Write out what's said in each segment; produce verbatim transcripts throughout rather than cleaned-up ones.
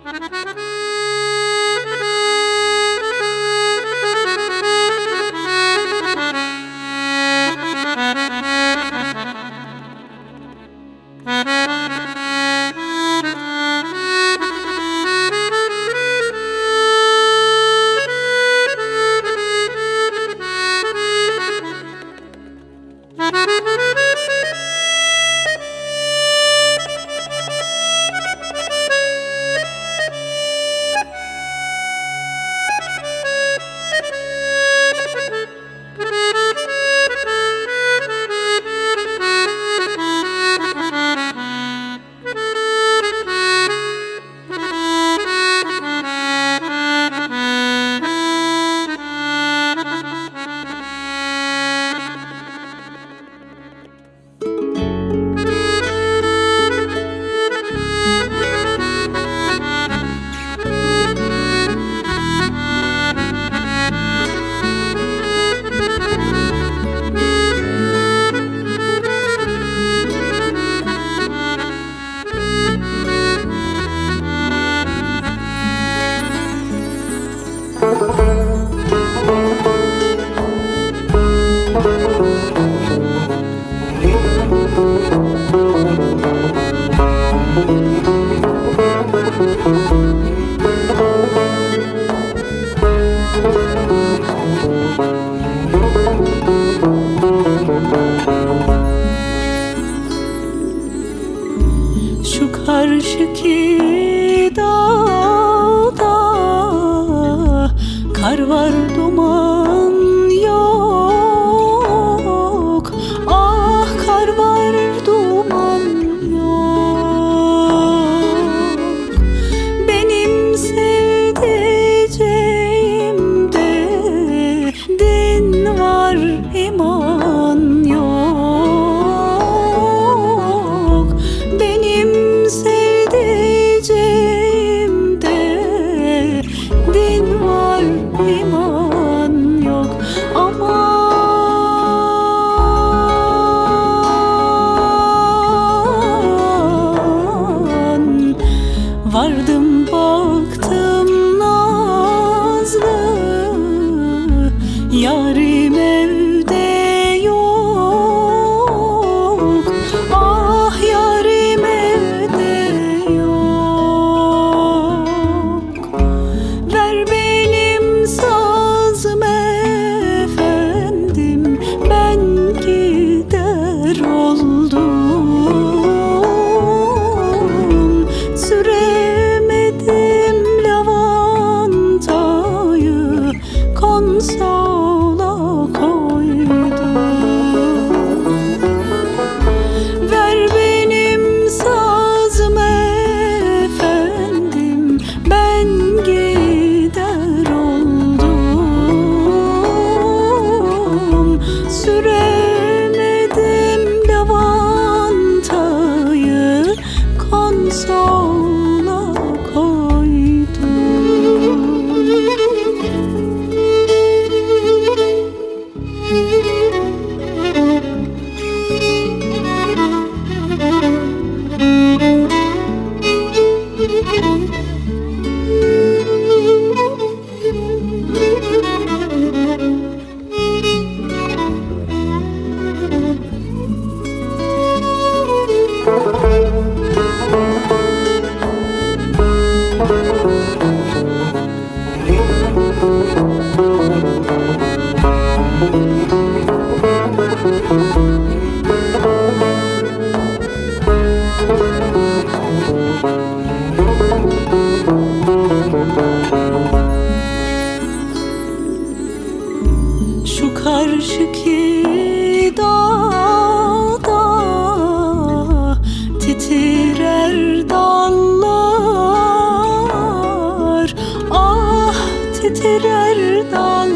Karşıki dağda kar var, duman yok. Ah, kar var, duman yok. Benim sevdiceğimde din var, iman yok. Benim sevdiceğimde din var, iman yok. Aman, vardım baktım nazlı, yarim evde yok. Ah, yarim evde yok. Ver benim sazım efendim, ben gider oldum. Süremedim lavantayı, konsola koydum. Ver benim sazım efendim, ben gider oldum. Süremedim lavantayı, konsola koydum. Şu karşıki dağda titrer dallar. Ah, titrer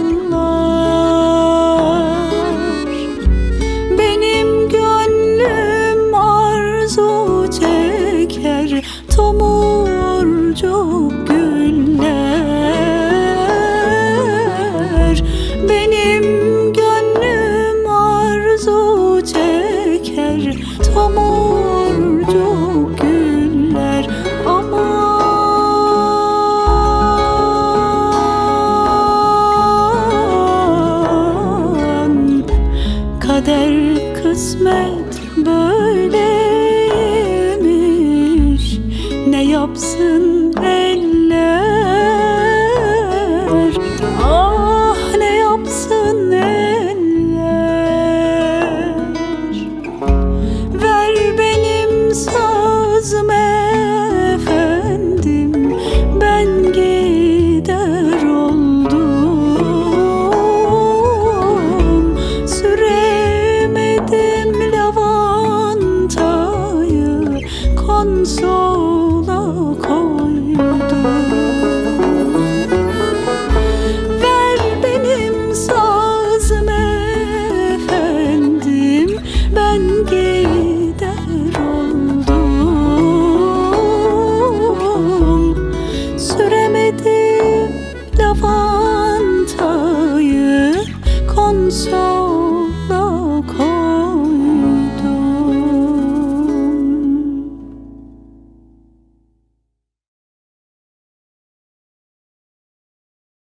dallar. Benim gönlüm arzu çeker tomurcuk güller. Benim gönlüm arzu çeker tomurcuk güller. Aman, konsola koydum. Ver benim sazımı efendim, ben gider oldum. Süremedim lavantayı konsola